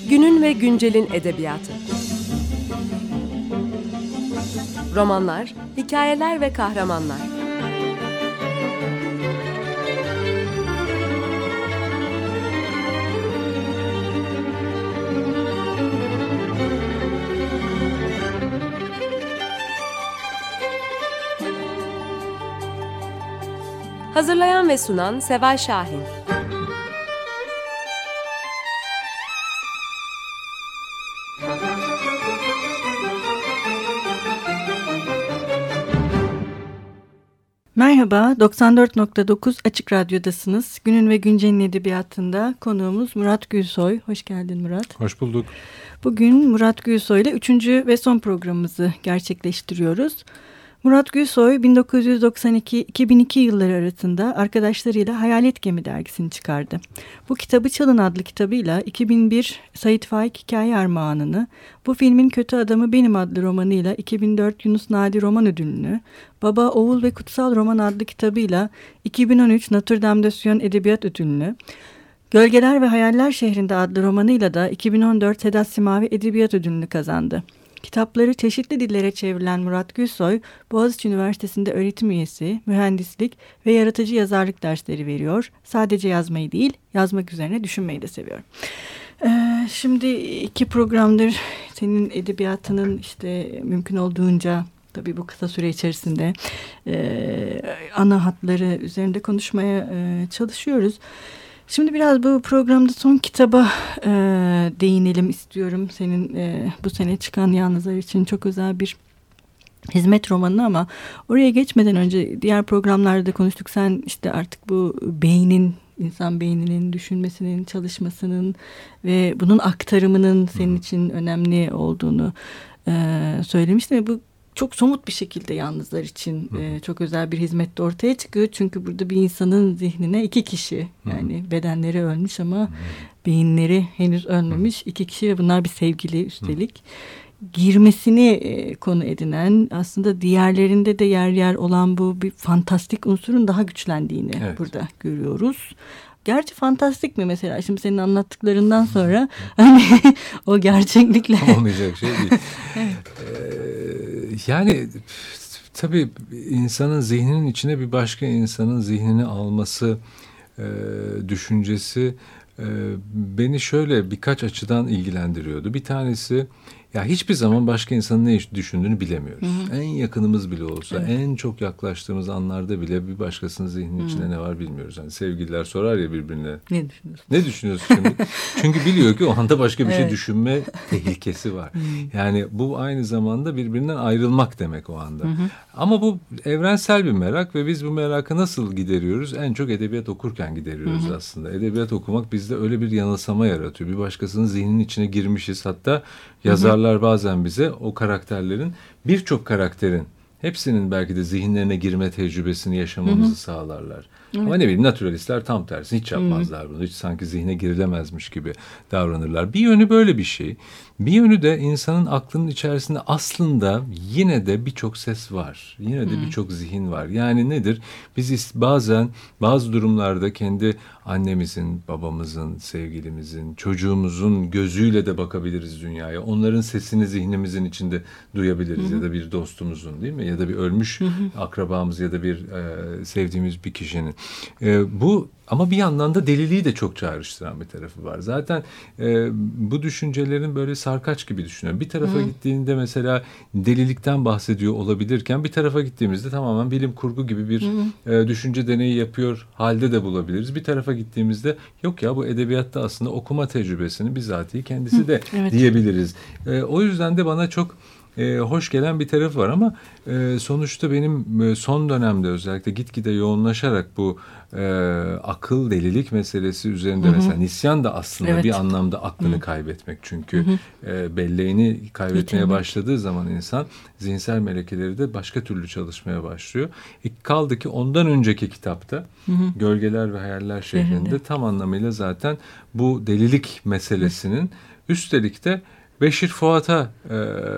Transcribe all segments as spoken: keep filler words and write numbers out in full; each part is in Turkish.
Günün ve güncelin edebiyatı. Romanlar, hikayeler ve kahramanlar. Hazırlayan ve sunan Seval Şahin. Merhaba, doksan dört nokta dokuz Açık Radyo'dasınız. Günün ve Güncel'in edebiyatında konuğumuz Murat Gülsoy. Hoş geldin Murat. Hoş bulduk. Bugün Murat Gülsoy ile üçüncü ve son programımızı gerçekleştiriyoruz. Murat Gülsoy bin dokuz yüz doksan iki iki bin iki yılları arasında arkadaşlarıyla Hayalet Gemi dergisini çıkardı. Bu kitabı Çalın adlı kitabıyla iki bin bir Sait Faik Hikaye Armağanını, Bu Filmin Kötü Adamı Benim adlı romanıyla iki bin dört Yunus Nadi Roman Ödülünü, Baba, Oğul ve Kutsal Roman adlı kitabıyla iki bin on üç Notre Dame de Sion Edebiyat Ödülünü, Gölgeler ve Hayaller Şehrinde adlı romanıyla da iki bin on dört Sedat Simavi Edebiyat Ödülünü kazandı. Kitapları çeşitli dillere çevrilen Murat Gülsoy, Boğaziçi Üniversitesi'nde öğretim üyesi, mühendislik ve yaratıcı yazarlık dersleri veriyor. Sadece yazmayı değil, yazmak üzerine düşünmeyi de seviyor. Ee, şimdi iki programdır senin edebiyatının işte mümkün olduğunca, tabii bu kısa süre içerisinde e, ana hatları üzerinde konuşmaya e, çalışıyoruz. Şimdi biraz bu programda son kitaba e, değinelim istiyorum. Senin e, bu sene çıkan Yalnızlar için çok özel bir hizmet romanı, ama oraya geçmeden önce diğer programlarda konuştuk. Sen işte artık bu beynin, insan beyninin düşünmesinin, çalışmasının ve bunun aktarımının senin için önemli olduğunu e, söylemiştin ve bu çok somut bir şekilde Yalnızlar için e, çok özel bir hizmette ortaya çıkıyor. Çünkü burada bir insanın zihnine iki kişi, yani bedenleri ölmüş ama beyinleri henüz ölmemiş iki kişi ve bunlar bir sevgili üstelik girmesini e, konu edinen, aslında diğerlerinde de yer yer olan bu bir fantastik unsurun daha güçlendiğini evet. burada görüyoruz. Gerçi fantastik mi mesela? Şimdi senin anlattıklarından sonra hani o gerçeklikle olmayacak şey değil. evet. ee, yani tabii insanın zihninin içine bir başka insanın zihnini alması e, düşüncesi e, beni şöyle birkaç açıdan ilgilendiriyordu. Bir tanesi, ya hiçbir zaman başka insanın ne düşündüğünü bilemiyoruz. Hı hı. En yakınımız bile olsa, evet. en çok yaklaştığımız anlarda bile bir başkasının zihninin içinde hı. ne var bilmiyoruz. Yani sevgililer sorar ya birbirine. Ne düşünüyorsun? Ne düşünüyorsun şimdi? Çünkü biliyor ki o anda başka bir evet. şey düşünme tehlikesi var. Hı. Yani bu aynı zamanda birbirinden ayrılmak demek o anda. Hı hı. Ama bu evrensel bir merak ve biz bu merakı nasıl gideriyoruz? En çok edebiyat okurken gideriyoruz hı hı. aslında. Edebiyat okumak bizde öyle bir yanılsama yaratıyor. Bir başkasının zihninin içine girmişiz. Hatta yazarlar bazen bize o karakterlerin, birçok karakterin hepsinin belki de zihinlerine girme tecrübesini yaşamamızı hı hı. sağlarlar. Evet. Ama ne bileyim, naturalistler tam tersi hiç yapmazlar hı. bunu. Hiç sanki zihne girilemezmiş gibi davranırlar. Bir yönü böyle bir şey. Bir yönü de insanın aklının içerisinde aslında yine de birçok ses var. Yine de birçok zihin var. Yani nedir? Biz bazen bazı durumlarda kendi annemizin, babamızın, sevgilimizin, çocuğumuzun gözüyle de bakabiliriz dünyaya. Onların sesini zihnimizin içinde duyabiliriz. Hı hı. Ya da bir dostumuzun, değil mi? Ya da bir ölmüş hı hı. akrabamız ya da bir e, sevdiğimiz bir kişinin. E, bu ama bir yandan da deliliği de çok çağrıştıran bir tarafı var. Zaten e, bu düşüncelerin böyle sarkaç gibi düşünüyorum. Bir tarafa Hı. gittiğinde mesela delilikten bahsediyor olabilirken bir tarafa gittiğimizde tamamen bilim kurgu gibi bir e, düşünce deneyi yapıyor halde de bulabiliriz. Bir tarafa gittiğimizde yok ya, bu edebiyatta aslında okuma tecrübesini bizatihi kendisi de Hı. evet. diyebiliriz. E, o yüzden de bana çok E, hoş gelen bir tarafı var ama e, sonuçta benim e, son dönemde özellikle gitgide yoğunlaşarak bu e, akıl delilik meselesi üzerinde hı hı. mesela nisyan da aslında evet. bir anlamda aklını hı. kaybetmek. Çünkü hı hı. E, belleğini kaybetmeye Bitirmek. başladığı zaman insan zihinsel melekeleri de başka türlü çalışmaya başlıyor. E, kaldı ki ondan önceki kitapta hı hı. Gölgeler ve Hayaller Şehrinde hı. tam anlamıyla zaten bu delilik meselesinin hı. üstelik de Beşir Fuat'a e,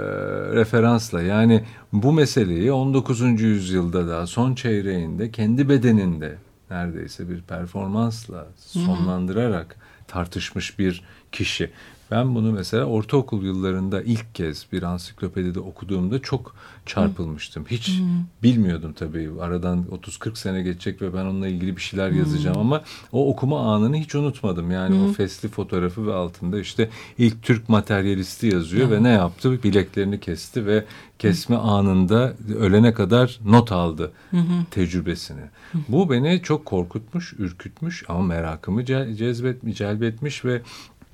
referansla, yani bu meseleyi on dokuzuncu yüzyılda da son çeyreğinde kendi bedeninde neredeyse bir performansla sonlandırarak tartışmış bir kişi. Ben bunu mesela ortaokul yıllarında ilk kez bir ansiklopedide okuduğumda çok çarpılmıştım. Hiç hmm. bilmiyordum tabii. Aradan otuz kırk sene geçecek ve ben onunla ilgili bir şeyler yazacağım hmm. ama o okuma anını hiç unutmadım. Yani hmm. o fesli fotoğrafı ve altında işte ilk Türk materyalisti yazıyor hmm. ve ne yaptı? Bileklerini kesti ve kesme hmm. anında ölene kadar not aldı hmm. tecrübesini. Hmm. Bu beni çok korkutmuş, ürkütmüş ama merakımı cezbetmiş, celbetmiş ve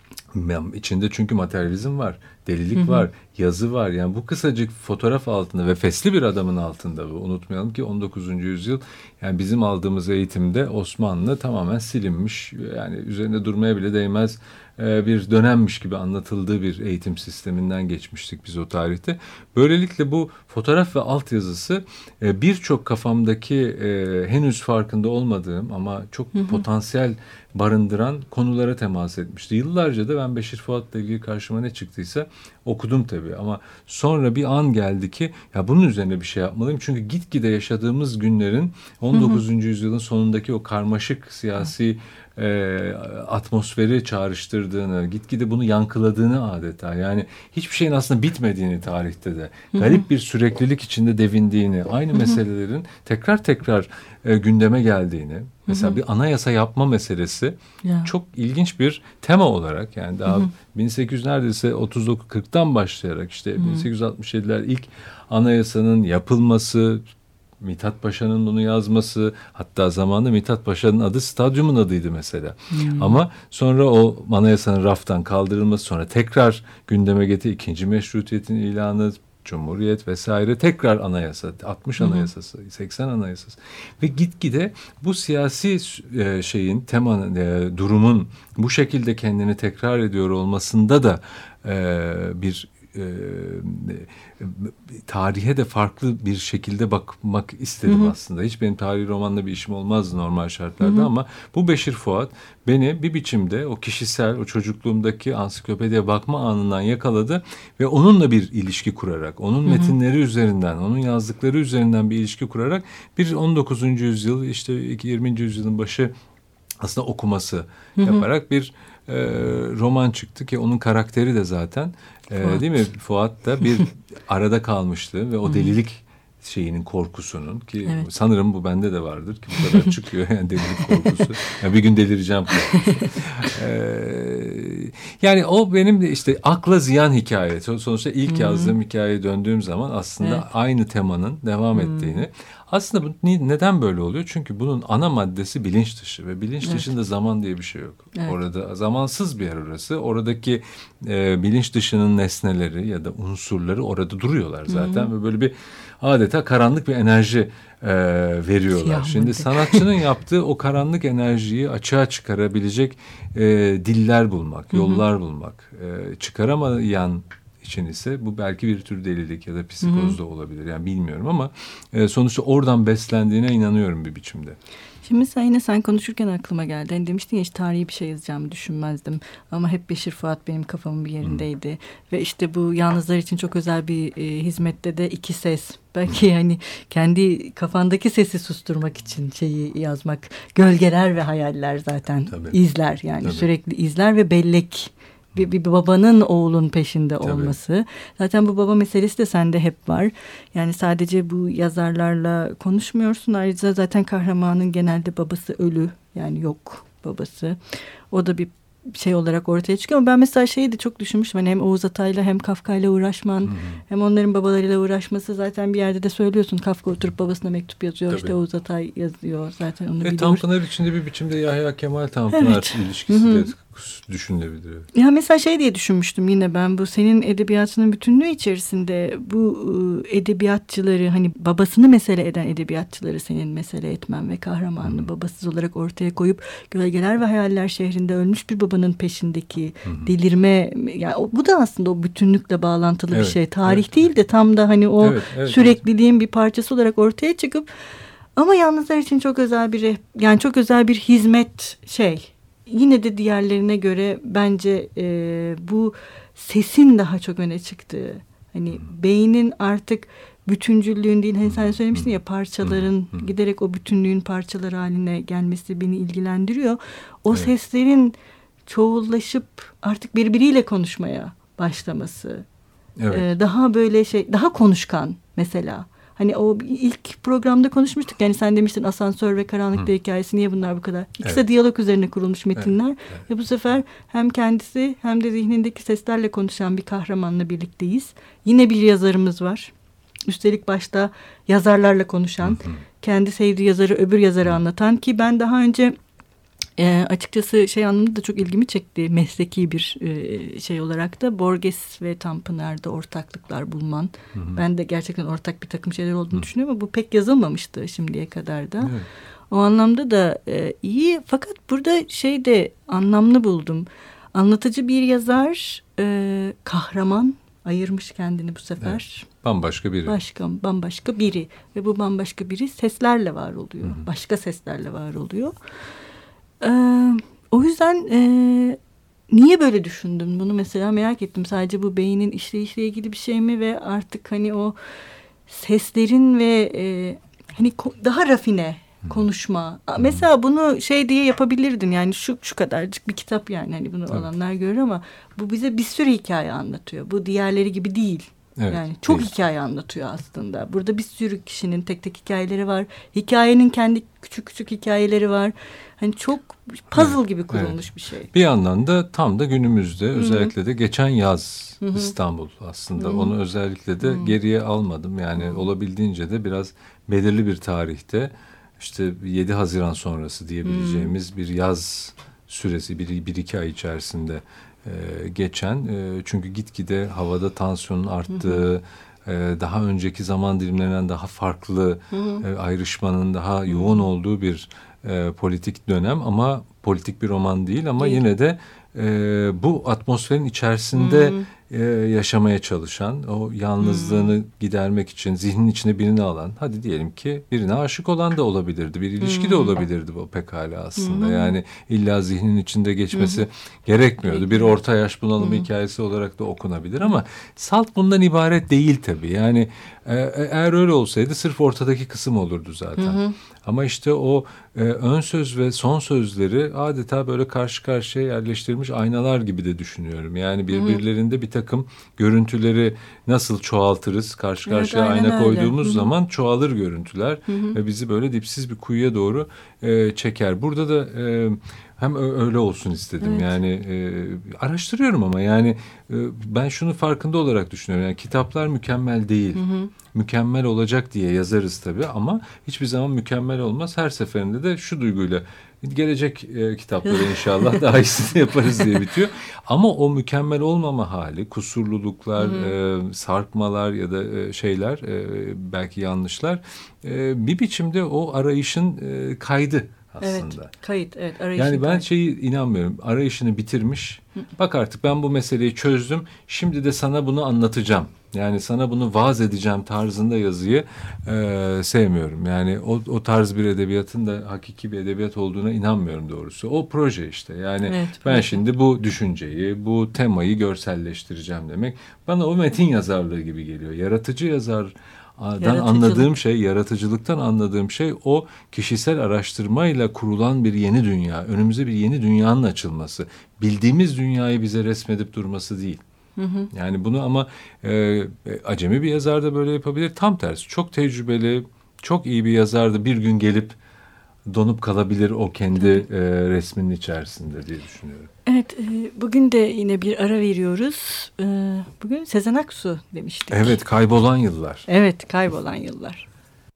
içinde çünkü materyalizm var, delilik hı hı. var, yazı var. Yani bu kısacık fotoğraf altında ve fesli bir adamın altında bu. Unutmayalım ki on dokuzuncu yüzyıl, yani bizim aldığımız eğitimde Osmanlı tamamen silinmiş. Yani üzerinde durmaya bile değmez bir dönemmiş gibi anlatıldığı bir eğitim sisteminden geçmiştik biz o tarihte. Böylelikle bu fotoğraf ve altyazısı birçok kafamdaki henüz farkında olmadığım ama çok hı hı. potansiyel barındıran konulara temas etmişti. Yıllarca da ben Beşir Fuat'la ilgili karşıma ne çıktıysa okudum tabii ama sonra bir an geldi ki ya bunun üzerine bir şey yapmalıyım. Çünkü gitgide yaşadığımız günlerin on dokuzuncu Hı hı. yüzyılın sonundaki o karmaşık siyasi e, atmosferi çağrıştırdığını, gitgide bunu yankıladığını adeta. Yani hiçbir şeyin aslında bitmediğini tarihte de, Hı hı. garip bir süreklilik içinde devindiğini, aynı Hı hı. meselelerin tekrar tekrar e, gündeme geldiğini, mesela hı hı. bir anayasa yapma meselesi ya. Çok ilginç bir tema olarak, yani daha hı hı. bin sekiz yüz neredeyse otuz dokuz kırktan başlayarak işte hı hı. bin sekiz yüz altmış yediler ilk anayasanın yapılması, Mithat Paşa'nın bunu yazması, hatta zamanında Mithat Paşa'nın adı stadyumun adıydı mesela. Hmm. Ama sonra o anayasanın raftan kaldırılması, sonra tekrar gündeme getirdi. İkinci meşrutiyetin ilanı, Cumhuriyet vesaire, tekrar anayasa, altmış hmm. anayasası, seksen anayasası. Ve gitgide bu siyasi e, şeyin, temanın, e, durumun bu şekilde kendini tekrar ediyor olmasında da e, bir E, tarihe de farklı bir şekilde bakmak istedim hı hı. aslında. Hiç benim tarihi romanla bir işim olmazdı normal şartlarda hı hı. ama bu Beşir Fuat beni bir biçimde o kişisel, o çocukluğumdaki ansiklopediye bakma anından yakaladı ve onunla bir ilişki kurarak, onun hı hı. metinleri üzerinden, onun yazdıkları üzerinden bir ilişki kurarak bir on dokuzuncu yüzyıl, işte yirminci yüzyılın başı aslında okuması hı hı. yaparak bir e, roman çıktı ki onun karakteri de zaten e, değil mi? Fuat da bir arada kalmıştı ve o delilik şeyinin, korkusunun ki evet. sanırım bu bende de vardır ki bu kadar çıkıyor yani delilik korkusu. Yani bir gün delireceğim korkusu. ee, yani o benim de işte akla ziyan hikaye. Sonuçta ilk hmm. yazdığım hikayeye döndüğüm zaman aslında evet. aynı temanın devam hmm. ettiğini. Aslında bu neden böyle oluyor? Çünkü bunun ana maddesi bilinç dışı ve bilinç evet. dışında zaman diye bir şey yok. Evet. Orada zamansız bir yer orası. Oradaki e, bilinç dışının nesneleri ya da unsurları orada duruyorlar zaten hmm. ve böyle bir adeta karanlık bir enerji e, veriyorlar. Siyah Şimdi mıydı? Sanatçının yaptığı o karanlık enerjiyi açığa çıkarabilecek e, diller bulmak, yollar hı hı. bulmak. E, çıkaramayan için ise bu belki bir tür delilik ya da psikoz da olabilir. Yani bilmiyorum ama e, sonuçta oradan beslendiğine inanıyorum bir biçimde. Şimdi sen yine sen konuşurken aklıma geldi. Hani demiştin ya hiç tarihi bir şey yazacağımı düşünmezdim. Ama hep Beşir Fuat benim kafamın bir yerindeydi. Hmm. Ve işte bu yalnızlar için çok özel bir e, hizmette de iki ses. Belki yani kendi kafandaki sesi susturmak için şeyi yazmak. Gölgeler ve hayaller zaten Tabii. izler. Yani Tabii. sürekli izler ve bellek. Bir, bir babanın oğlun peşinde Tabii. olması. Zaten bu baba meselesi de sende hep var. Yani sadece bu yazarlarla konuşmuyorsun. Ayrıca zaten kahramanın genelde babası ölü. Yani yok babası. O da bir şey olarak ortaya çıkıyor. Ama ben mesela şeyi de çok düşünmüştüm. Hani hem Oğuz Atay'la hem Kafka'yla uğraşman, hmm. hem onların babalarıyla uğraşması, zaten bir yerde de söylüyorsun. Kafka oturup babasına mektup yazıyor. Tabii. İşte Oğuz Atay yazıyor. Zaten onu biliyoruz. Tanpınar içinde bir biçimde Yahya Kemal Tanpınar evet. ilişkisi de düşünülebilir. Ya mesela şey diye düşünmüştüm yine ben, bu senin edebiyatının bütünlüğü içerisinde bu edebiyatçıları, hani babasını mesele eden edebiyatçıları senin mesele etmen ve kahramanını hmm. babasız olarak ortaya koyup Gölgeler ve Hayaller şehrinde ölmüş bir babanın peşindeki hmm. delirme, yani bu da aslında o bütünlükle bağlantılı evet, bir şey. Tarih evet, değil de tam da hani o evet, evet, sürekliliğin evet. bir parçası olarak ortaya çıkıp, ama yalnızlar için çok özel bir, yani çok özel bir hizmet şey. Yine de diğerlerine göre bence e, bu sesin daha çok öne çıktığı, hani hmm. beynin artık bütüncüllüğün değil, hani sen söylemiştin ya, parçaların hmm. giderek o bütünlüğün parçaları haline gelmesi beni ilgilendiriyor. O evet. seslerin çoğullaşıp artık birbiriyle konuşmaya başlaması. Evet. Ee, daha böyle şey, daha konuşkan mesela. Hani o ilk programda konuşmuştuk. Yani sen demiştin Asansör ve Karanlıkta hikayesi, niye bunlar bu kadar? İkisi evet. de diyalog üzerine kurulmuş metinler. Evet. Evet. Ve bu sefer hem kendisi hem de zihnindeki seslerle konuşan bir kahramanla birlikteyiz. Yine bir yazarımız var. Üstelik başta yazarlarla konuşan, hı hı. kendi sevdiği yazarı öbür yazarı hı. anlatan, ki ben daha önce e, açıkçası şey anlamında da çok ilgimi çekti. Mesleki bir e, şey olarak da Borges ve Tanpınar'da ortaklıklar bulman. Hı hı. Ben de gerçekten ortak bir takım şeyler olduğunu hı. düşünüyorum ama bu pek yazılmamıştı şimdiye kadar da. Evet. O anlamda da e, iyi, fakat burada şey de anlamlı buldum. Anlatıcı bir yazar, e, kahraman ayırmış kendini bu sefer. Evet. Bambaşka biri. Başka, bambaşka biri. Ve bu bambaşka biri seslerle var oluyor. Hı hı. Başka seslerle var oluyor. Ee, o yüzden e, niye böyle düşündüm? Bunu mesela merak ettim. Sadece bu beynin işleyişle ilgili bir şey mi? Ve artık hani o seslerin ve e, hani daha rafine konuşma. Hmm. Mesela bunu şey diye yapabilirdin. Yani şu şu kadarcık bir kitap, yani hani bunu Tabii. olanlar görür ama bu bize bir sürü hikaye anlatıyor. Bu diğerleri gibi değil. Evet, yani çok değil. Hikaye anlatıyor aslında. Burada bir sürü kişinin tek tek hikayeleri var. Hikayenin kendi küçük küçük hikayeleri var. Hani çok puzzle evet, gibi kurulmuş evet. bir şey. Bir yandan da tam da günümüzde, Hı-hı. özellikle de geçen yaz Hı-hı. İstanbul aslında. Hı-hı. Onu özellikle de Hı-hı. geriye almadım. Yani Hı-hı. olabildiğince de biraz belirli bir tarihte, işte yedi Haziran sonrası diyebileceğimiz hmm. bir yaz süresi, bir, bir iki ay içerisinde e, geçen. E, çünkü gitgide havada tansiyonun arttığı, hmm. e, daha önceki zaman dilimlerinden daha farklı hmm. e, ayrışmanın daha hmm. yoğun olduğu bir e, politik dönem, ama politik bir roman değil ama değil. Yine de e, bu atmosferin içerisinde hmm. e, yaşamaya çalışan, o yalnızlığını hmm. gidermek için zihnin içine birini alan, hadi diyelim ki birine aşık olan da olabilirdi, bir ilişki hmm. de olabilirdi bu pekala aslında. Hmm. Yani illa zihnin içinde geçmesi hmm. gerekmiyordu. Bir orta yaş bunalımı hmm. hikayesi olarak da okunabilir ama salt bundan ibaret değil tabii. Yani e, eğer öyle olsaydı sırf ortadaki kısım olurdu zaten. Hmm. Ama işte o e, ön söz ve son sözleri adeta böyle karşı karşıya yerleştirilmiş aynalar gibi de düşünüyorum. Yani birbirlerinde bir takım görüntüleri nasıl çoğaltırız, karşı karşıya evet, ayna koyduğumuz öyle. zaman çoğalır görüntüler Hı-hı. ve bizi böyle dipsiz bir kuyuya doğru e, çeker. Burada da e, hem öyle olsun istedim. Evet. Yani e, araştırıyorum ama yani e, ben şunu farkında olarak düşünüyorum. Yani kitaplar mükemmel değil. Hı hı. Mükemmel olacak diye yazarız tabii ama hiçbir zaman mükemmel olmaz. Her seferinde de şu duyguyla gelecek e, kitapları inşallah daha iyisini yaparız diye bitiyor. Ama o mükemmel olmama hali, kusurluluklar, e, sarkmalar ya da e, şeyler, e, belki yanlışlar e, bir biçimde o arayışın e, kaydı. Aslında. Evet, kayıt, evet. Yani ben şeyi inanmıyorum. Arayışını bitirmiş. Hı. Bak artık ben bu meseleyi çözdüm. Şimdi de sana bunu anlatacağım. Yani sana bunu vaaz edeceğim tarzında yazıyı e, sevmiyorum. Yani o, o tarz bir edebiyatın da hakiki bir edebiyat olduğuna inanmıyorum doğrusu. O proje işte. Yani evet, ben proje. Şimdi bu düşünceyi, bu temayı görselleştireceğim demek. Bana o metin yazarlığı gibi geliyor. Yaratıcı yazar Dan anladığım şey, yaratıcılıktan anladığım şey o kişisel araştırmayla kurulan bir yeni dünya. Önümüze bir yeni dünyanın açılması. Bildiğimiz dünyayı bize resmedip durması değil. Hı hı. Yani bunu ama e, acemi bir yazar da böyle yapabilir. Tam tersi, çok tecrübeli, çok iyi bir yazar da bir gün gelip donup kalabilir o kendi e, resminin içerisinde diye düşünüyorum. Evet, e, bugün de yine bir ara veriyoruz. E, bugün Sezen Aksu demiştik. Evet, Kaybolan Yıllar. Evet, Kaybolan Yıllar.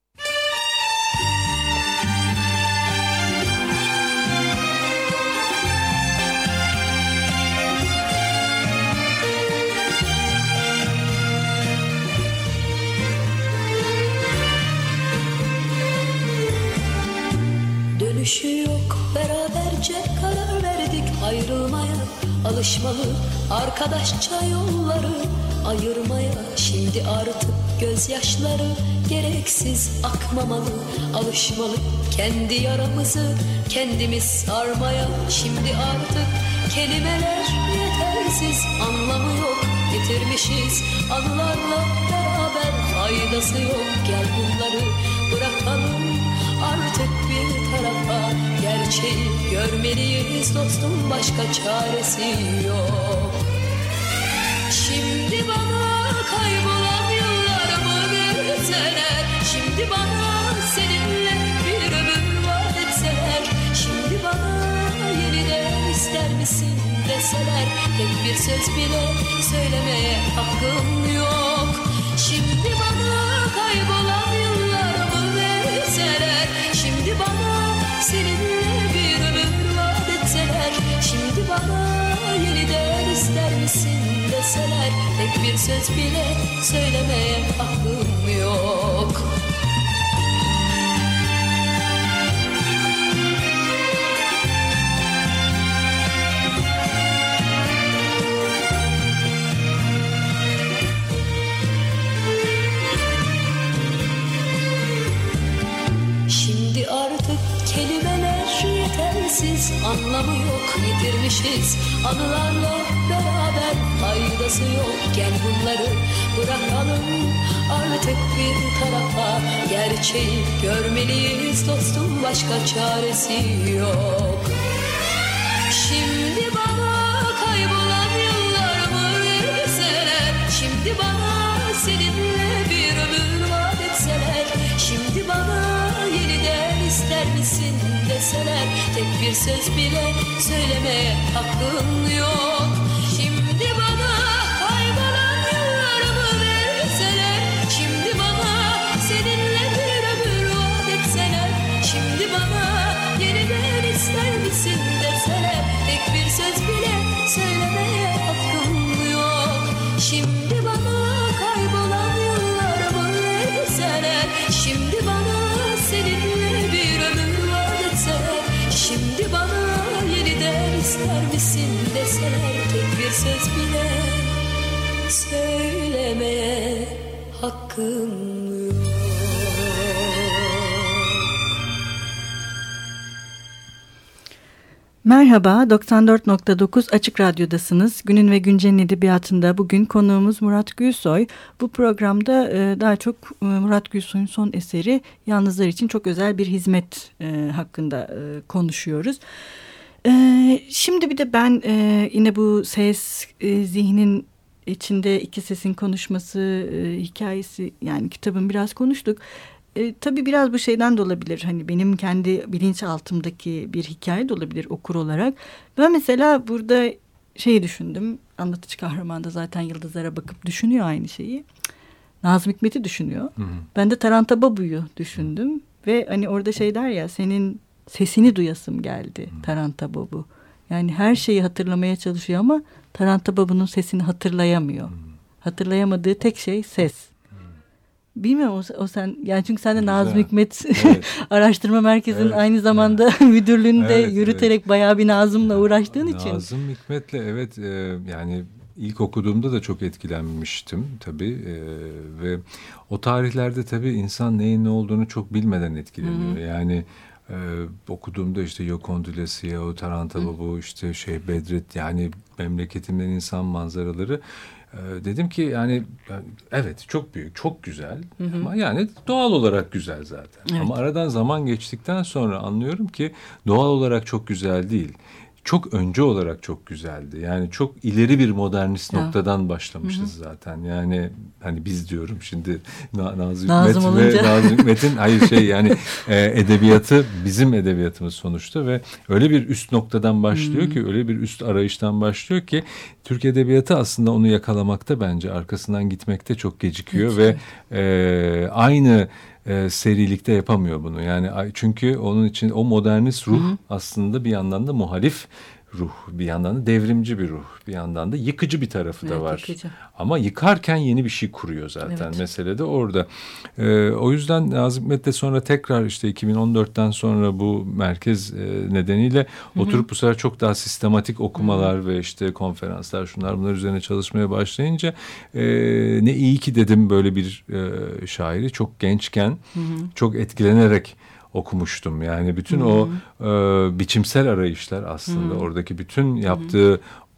Dönüşü yok, beraberce karar verdik ayrılmaya. Alışmalı arkadaşça yolları ayırmaya. Şimdi artık gözyaşları gereksiz akmamalı. Alışmalı kendi yaramızı kendimiz sarmaya. Şimdi artık kelimeler yetersiz, anlamı yok, yitirmişiz anılarla beraber, faydası yok. Gel bunları bırakalım artık bir tarafa. Gerçeği görmeliyiz dostum, başka çaresi yok. Şimdi bana kaybolan yıllarımı verseler, şimdi bana seninle bir ömür vaat etseler, şimdi bana yeniden ister misin deseler, tek bir söz bile söylemeye hakkım yok. Şimdi bana kaybolan yıllarımı verseler, şimdi bana seninle bir ömür vaat etseler, şimdi bana yeniden ister misin deseler, tek bir söz bile söylemeye hakkım yok. Şimdi artık kelimeler yetersiz, anlamı yok, yitirmişiz anılarla beraber, faydası yok. Gel bunları bırakalım artık bir tarafa. Gerçeği görmeliyiz dostum, başka çaresi yok. Şimdi bana kaybolan yıllarımı verseler, şimdi bana seninle bir ömür vaat etseler, şimdi bana yeniden ister misin deseler, tek bir söz bile söylemeye hakkım yok. Şimdi bana kaybolan yıllarımı verseler, şimdi bana seninle bir ömür vaat etseler, şimdi bana yeniden ister misin deseler, tek bir söz bile söylemeye hakkım yok. Şimdi bana kaybolan yıllarımı verseler, şimdi bana seninle bir ömür vaat etseler, şimdi bana yeniden ister misin deseler, tek bir söz bile söylemeye hakkım yok. Merhaba, doksan dört nokta dokuz Açık Radyo'dasınız. Günün ve Güncel'in edebiyatında bugün konuğumuz Murat Gülsoy. Bu programda e, daha çok e, Murat Gülsoy'un son eseri Yalnızlar için çok özel bir hizmet e, hakkında e, konuşuyoruz. E, şimdi bir de ben e, yine bu ses, e, zihnin içinde iki sesin konuşması e, hikayesi, yani kitabın biraz konuştuk. E, tabii biraz bu şeyden de olabilir. Hani benim kendi bilinçaltımdaki bir hikaye de olabilir okur olarak. Ben mesela burada şeyi düşündüm. Anlatıcı kahraman da zaten yıldızlara bakıp düşünüyor aynı şeyi. Nazım Hikmet'i düşünüyor. Hı hı. Ben de Taranta Babu'yu düşündüm. Ve hani orada şey der ya, senin sesini duyasım geldi hı. Taranta Babu. Yani her şeyi hatırlamaya çalışıyor ama Taranta Babu'nun sesini hatırlayamıyor. Hı. Hatırlayamadığı tek şey ses. Bilmiyorum o, o sen yani, çünkü sen de Güzel. Nazım Hikmet evet. Araştırma Merkezi'nin evet. aynı zamanda evet. müdürlüğünde evet, yürüterek evet. bayağı bir Nazım'la uğraştığın Nazım için. Nazım Hikmet'le evet e, yani ilk okuduğumda da çok etkilenmiştim tabii e, ve o tarihlerde tabii insan neyin ne olduğunu çok bilmeden etkileniyor. Hı. Yani e, okuduğumda işte Yokondülesiye, o Taranta Babu, işte şey Bedret, yani memleketimden insan manzaraları. Dedim ki yani evet çok büyük, çok güzel hı hı. ama yani doğal olarak güzel zaten. Evet. Ama aradan zaman geçtikten sonra anlıyorum ki doğal olarak çok güzel değil. Çok önce olarak çok güzeldi. Yani çok ileri bir modernist ya. noktadan başlamışız hı hı. zaten. Yani hani biz diyorum şimdi Na- Nazım Hikmet ve Nazım Hikmet'in hayır şey yani e, edebiyatı bizim edebiyatımız sonuçta ve öyle bir üst noktadan başlıyor hı. ki öyle bir üst arayıştan başlıyor ki Türk edebiyatı aslında onu yakalamakta, bence arkasından gitmekte çok gecikiyor Peki. ve e, aynı E, serilikte yapamıyor bunu. Yani çünkü onun için o modernist ruh Hı-hı. aslında bir yandan da muhalif ruh, bir yandan da devrimci bir ruh, bir yandan da yıkıcı bir tarafı evet, da var. Yıkıcı. Ama yıkarken yeni bir şey kuruyor zaten. Evet. Mesele de orada. E, o yüzden Nazım Hikmet'le sonra tekrar işte iki bin on dörtten sonra bu merkez e, nedeniyle Hı-hı. oturup bu sefer çok daha sistematik okumalar Hı-hı. ve işte konferanslar, şunlar bunlar üzerine çalışmaya başlayınca e, ne iyi ki dedim böyle bir e, şairi çok gençken Hı-hı. çok etkilenerek okumuştum. Yani bütün Hı-hı. o e, biçimsel arayışlar aslında Hı-hı. oradaki bütün yaptığı Hı-hı.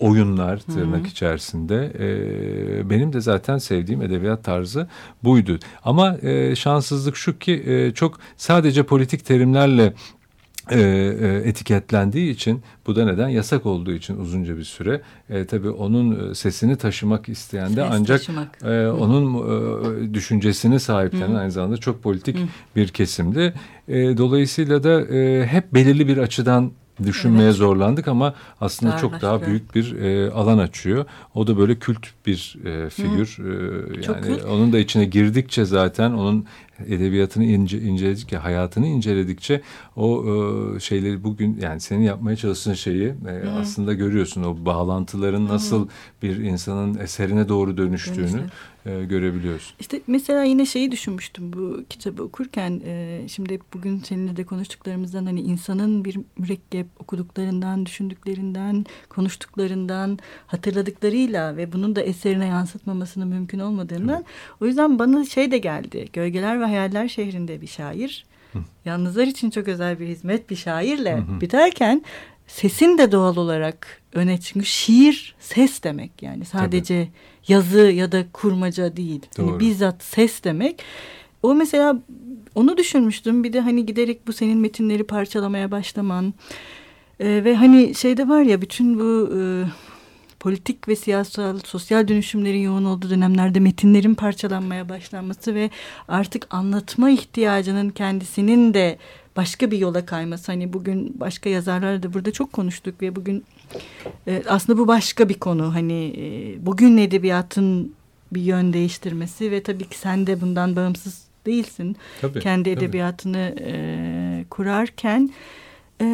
oyunlar tırnak Hı-hı. içerisinde. E, benim de zaten sevdiğim edebiyat tarzı buydu. Ama e, şanssızlık şu ki e, çok sadece politik terimlerle E, e, etiketlendiği için, bu da neden yasak olduğu için uzunca bir süre e, tabii onun sesini taşımak isteyen de Ses ancak e, onun e, düşüncesini sahiplenen Hı. aynı zamanda çok politik Hı. bir kesimdi. E, dolayısıyla da e, hep belirli bir açıdan düşünmeye evet. zorlandık ama aslında Dar çok başka. daha büyük bir e, alan açıyor. O da böyle kült bir e, figür. E, yani kült. Onun da içine girdikçe zaten onun edebiyatını ince, inceledikçe, hayatını inceledikçe o e, şeyleri bugün yani senin yapmaya çalıştığın şeyi e, aslında görüyorsun. O bağlantıların nasıl Hı. bir insanın eserine doğru dönüştüğünü e, görebiliyorsun. İşte mesela yine şeyi düşünmüştüm bu kitabı okurken. E, şimdi bugün seninle de konuştuklarımızdan hani insanın bir mürekkep okuduklarından, düşündüklerinden, konuştuklarından, hatırladıklarıyla ve bunun da eserine yansıtmamasının mümkün olmadığından. Evet. O yüzden bana şey de geldi. Gölgeler ve Hayaller şehrinde bir şair. Hı. Yalnızlar için çok özel bir hizmet bir şairle hı hı. biterken sesin de doğal olarak öne çıkıyor. Şiir ses demek yani sadece Tabii. yazı ya da kurmaca değil. Yani bizzat ses demek. O mesela onu düşünmüştüm. Bir de hani giderek bu senin metinleri parçalamaya başlaman ee, ve hani şeyde var ya bütün bu e, politik ve siyasal, sosyal dönüşümlerin yoğun olduğu dönemlerde metinlerin parçalanmaya başlanması ve artık anlatma ihtiyacının kendisinin de başka bir yola kayması. Hani bugün başka yazarlarla da burada çok konuştuk ve bugün e, aslında bu başka bir konu. Hani e, bugün edebiyatın bir yön değiştirmesi ve tabii ki sen de bundan bağımsız değilsin. Tabii, Kendi edebiyatını e, kurarken e,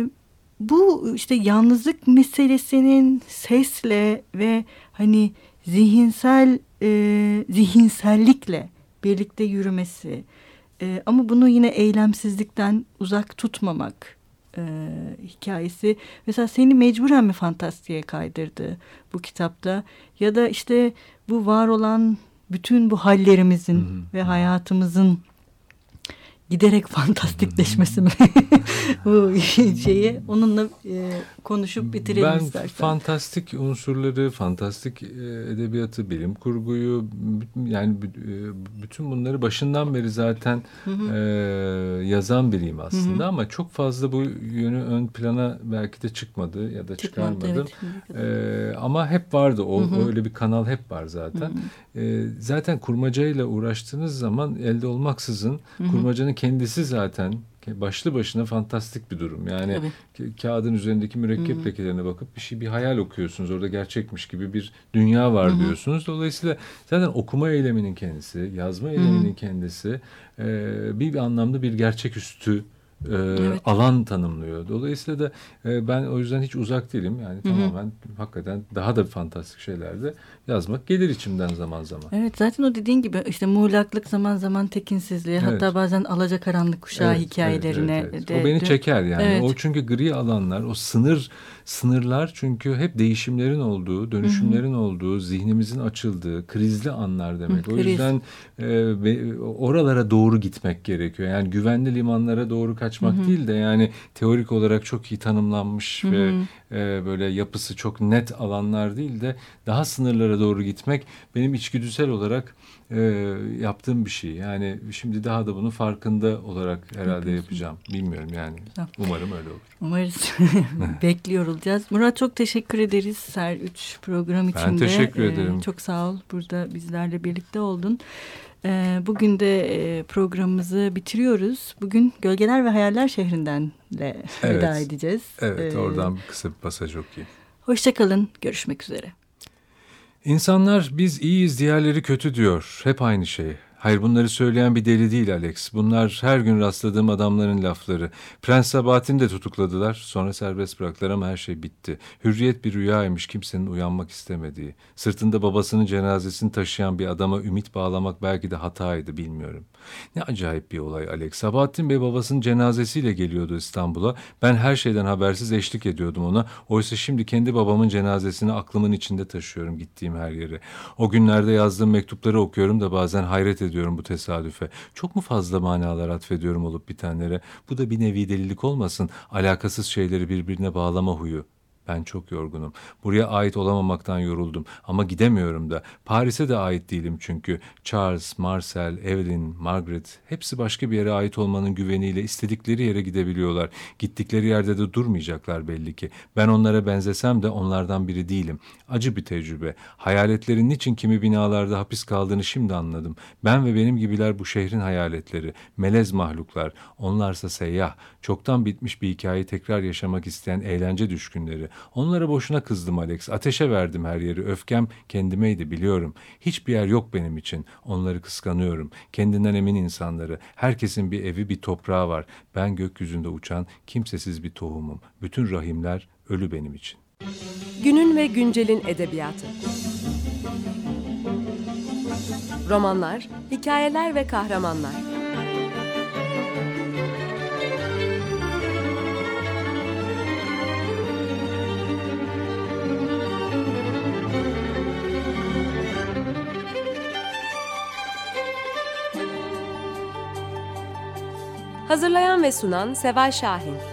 bu işte yalnızlık meselesinin sesle ve hani zihinsel e, zihinsellikle birlikte yürümesi e, ama bunu yine eylemsizlikten uzak tutmamak e, hikayesi. Mesela seni mecburen mi fantastiğe kaydırdı bu kitapta ya da işte bu var olan bütün bu hallerimizin hı hı. ve hayatımızın giderek fantastikleşmesi mi bu şeyi onunla e, konuşup bitirelim ben istersen. Ben fantastik unsurları, fantastik e, edebiyatı, bilim kurguyu yani e, bütün bunları başından beri zaten hı hı. E, yazan biriyim aslında hı hı. ama çok fazla bu yönü ön plana belki de çıkmadı ya da çıkmadı, çıkarmadım. Evet, e, ama hep vardı o hı hı. öyle bir kanal hep var zaten. Hı hı. E, zaten kurmacayla uğraştığınız zaman elde olmaksızın hı hı. kurmacanın kendisi zaten başlı başına fantastik bir durum. Yani ka- kağıdın üzerindeki mürekkep Hı-hı. lekelerine bakıp bir şey bir hayal okuyorsunuz. Orada gerçekmiş gibi bir dünya var Hı-hı. diyorsunuz. Dolayısıyla zaten okuma eyleminin kendisi, yazma eyleminin Hı-hı. kendisi e, bir, bir anlamda bir gerçeküstü e, evet. alan tanımlıyor. Dolayısıyla da e, ben o yüzden hiç uzak değilim. Yani Hı-hı. tamamen hakikaten daha da fantastik şeylerde yazmak gelir içimden zaman zaman. Evet, zaten o dediğin gibi işte muğlaklık, zaman zaman tekinsizliği, evet. hatta bazen alacakaranlık kuşağı evet, hikayelerine evet, evet, evet. de. O beni de, çeker yani. Evet. O çünkü gri alanlar, o sınır sınırlar çünkü hep değişimlerin olduğu, dönüşümlerin Hı-hı. olduğu, zihnimizin açıldığı, krizli anlar demek. Hı, o kriz. yüzden e, oralara doğru gitmek gerekiyor. Yani güvenli limanlara doğru kaçmak Hı-hı. değil de yani teorik olarak çok iyi tanımlanmış Hı-hı. ve e, böyle yapısı çok net alanlar değil de daha sınırlara doğru gitmek benim içgüdüsel olarak e, yaptığım bir şey. Yani şimdi daha da bunun farkında olarak herhalde yapacağım. Bilmiyorum yani. Umarım öyle olur. Umarız. Bekliyor olacağız. Murat, çok teşekkür ederiz her üç program içinde. Ben teşekkür ederim. Ee, çok sağ ol. Burada bizlerle birlikte oldun. Ee, bugün de programımızı bitiriyoruz. Bugün Gölgeler ve Hayaller şehrinden de evet. veda edeceğiz. Evet, oradan ee, kısa bir pasaj okuyayım. Hoşça kalın. Görüşmek üzere. İnsanlar biz iyiyiz, diğerleri kötü diyor. Hep aynı şey. Hayır, bunları söyleyen bir deli değil Alex. Bunlar her gün rastladığım adamların lafları. Prens Sabahattin'i de tutukladılar. Sonra serbest bıraktılar ama her şey bitti. Hürriyet bir rüyaymış, kimsenin uyanmak istemediği. Sırtında babasının cenazesini taşıyan bir adama ümit bağlamak belki de hataydı, bilmiyorum. Ne acayip bir olay Alex. Sabahattin Bey babasının cenazesiyle geliyordu İstanbul'a. Ben her şeyden habersiz eşlik ediyordum ona. Oysa şimdi kendi babamın cenazesini aklımın içinde taşıyorum gittiğim her yere. O günlerde yazdığım mektupları okuyorum da bazen hayret ediyorum. diyorum bu tesadüfe. Çok mu fazla manalar atfediyorum olup bitenlere? Bu da bir nevi delilik olmasın. Alakasız şeyleri birbirine bağlama huyu. Ben çok yorgunum. Buraya ait olamamaktan yoruldum. Ama gidemiyorum da. Paris'e de ait değilim çünkü. Charles, Marcel, Evelyn, Margaret hepsi başka bir yere ait olmanın güveniyle istedikleri yere gidebiliyorlar. Gittikleri yerde de durmayacaklar belli ki. Ben onlara benzesem de onlardan biri değilim. Acı bir tecrübe. Hayaletlerin niçin kimi binalarda hapis kaldığını şimdi anladım. Ben ve benim gibiler bu şehrin hayaletleri. Melez mahluklar. Onlarsa seyyah. Çoktan bitmiş bir hikayeyi tekrar yaşamak isteyen eğlence düşkünleri. Onlara boşuna kızdım Alex. Ateşe verdim her yeri. Öfkem kendimeydi biliyorum. Hiçbir yer yok benim için. Onları kıskanıyorum. Kendinden emin insanları. Herkesin bir evi, bir toprağı var. Ben gökyüzünde uçan kimsesiz bir tohumum. Bütün rahimler ölü benim için. Günün ve güncelin edebiyatı. Romanlar, hikayeler ve kahramanlar. Hazırlayan ve sunan Seval Şahin.